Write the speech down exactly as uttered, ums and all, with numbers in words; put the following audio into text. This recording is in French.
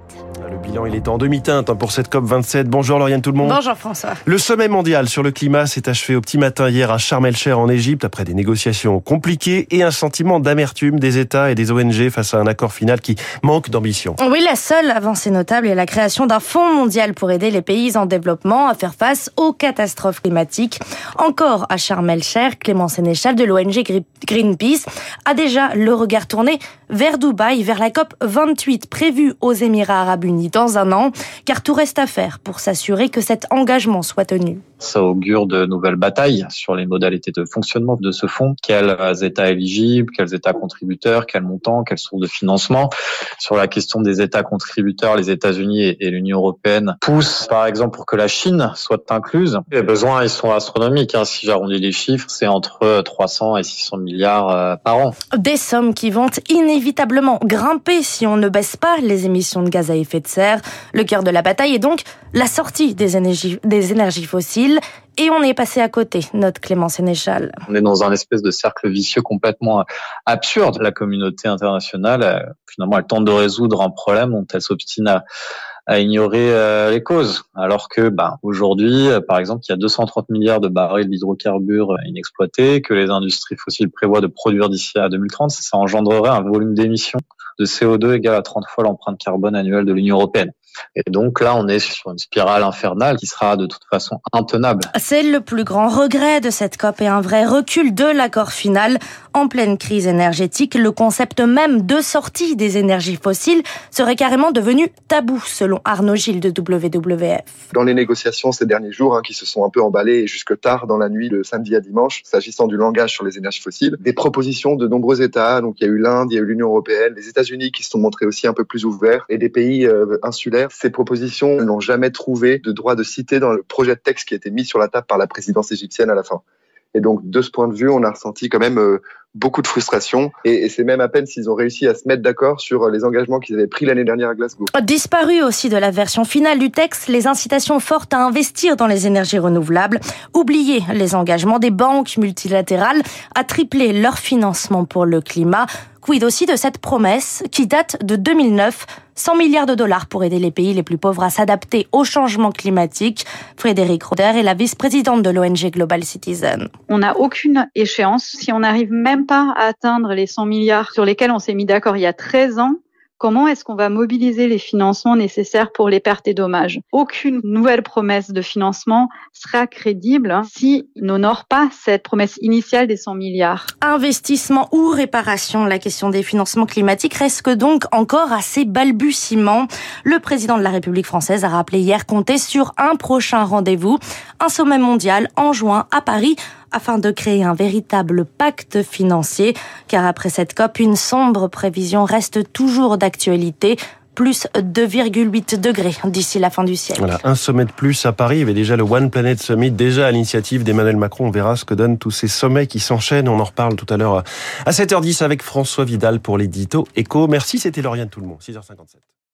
Le bilan, il est en demi-teinte pour cette COP vingt-sept. Bonjour Lauriane tout le monde. Bonjour François. Le sommet mondial sur le climat s'est achevé au petit matin hier à Sharm el-Sheikh en Égypte après des négociations compliquées et un sentiment d'amertume des États et des O N G face à un accord final qui manque d'ambition. Oui, la seule avancée notable est la création d'un fonds mondial pour aider les pays en développement à faire face aux catastrophes climatiques. Encore à Sharm el-Sheikh, Clément Sénéchal de l'O N G Greenpeace a déjà le regard tourné vers Dubaï, vers la COP vingt-huit prévue aux Émirats arabes unis dans un an, car tout reste à faire pour s'assurer que cet engagement soit tenu. Ça augure de nouvelles batailles sur les modalités de fonctionnement de ce fonds. Quels États éligibles, quels États contributeurs, quel montant, quelles sources de financement. Sur la question des États contributeurs, les États-Unis et l'Union européenne poussent, par exemple, pour que la Chine soit incluse. Les besoins, ils sont astronomiques. Hein. Si j'arrondis les chiffres, c'est entre trois cents et six cents milliards par an. Des sommes qui vont inévitablement grimper si on ne baisse pas les émissions de gaz à effet de serre. Le cœur de la bataille est donc la sortie des énergies, des énergies fossiles. Et on est passé à côté, note Clément Sénéchal. On est dans un espèce de cercle vicieux complètement absurde. La communauté internationale, finalement, elle tente de résoudre un problème dont elle s'obstine à, à ignorer euh, les causes. Alors que, bah, aujourd'hui, par exemple, il y a deux cent trente milliards de barils d'hydrocarbures inexploités que les industries fossiles prévoient de produire d'ici à deux mille trente. Ça engendrerait un volume d'émissions de C O deux égal à trente fois l'empreinte carbone annuelle de l'Union européenne. Et donc là, on est sur une spirale infernale qui sera de toute façon intenable. C'est le plus grand regret de cette COP et un vrai recul de l'accord final. En pleine crise énergétique, le concept même de sortie des énergies fossiles serait carrément devenu tabou, selon Arnaud Gilles de W W F. Dans les négociations ces derniers jours, hein, qui se sont un peu emballées jusque tard dans la nuit de samedi à dimanche, s'agissant du langage sur les énergies fossiles, des propositions de nombreux États, donc il y a eu l'Inde, il y a eu l'Union européenne, les États-Unis qui se sont montrés aussi un peu plus ouverts, et des pays euh, insulaires. Ces propositions n'ont jamais trouvé de droit de cité dans le projet de texte qui a été mis sur la table par la présidence égyptienne à la fin. Et donc, de ce point de vue, on a ressenti quand même euh, beaucoup de frustration. Et, et c'est même à peine s'ils ont réussi à se mettre d'accord sur les engagements qu'ils avaient pris l'année dernière à Glasgow. Disparu aussi de la version finale du texte, les incitations fortes à investir dans les énergies renouvelables. Oublier les engagements des banques multilatérales à tripler leur financement pour le climat. Quid aussi de cette promesse qui date de deux mille neuf, cent milliards de dollars pour aider les pays les plus pauvres à s'adapter au changement climatique. Frédérique Roder est la vice-présidente de l'O N G Global Citizen. On n'a aucune échéance. Si on n'arrive même pas à atteindre les cent milliards sur lesquels on s'est mis d'accord il y a treize ans, comment est-ce qu'on va mobiliser les financements nécessaires pour les pertes et dommages? Aucune nouvelle promesse de financement sera crédible si n'honore pas cette promesse initiale des cent milliards. Investissement ou réparation, la question des financements climatiques reste donc encore assez balbutiement. Le président de la République française a rappelé hier compter sur un prochain rendez-vous, un sommet mondial en juin à Paris, afin de créer un véritable pacte financier. Car après cette COP, une sombre prévision reste toujours d'actualité. Plus deux virgule huit degrés d'ici la fin du siècle. Voilà, un sommet de plus à Paris. Il y avait déjà le One Planet Summit, déjà à l'initiative d'Emmanuel Macron. On verra ce que donnent tous ces sommets qui s'enchaînent. On en reparle tout à l'heure à sept heures dix avec François Vidal pour l'édito Éco. Merci, c'était Lauriane tout le monde, six heures cinquante-sept.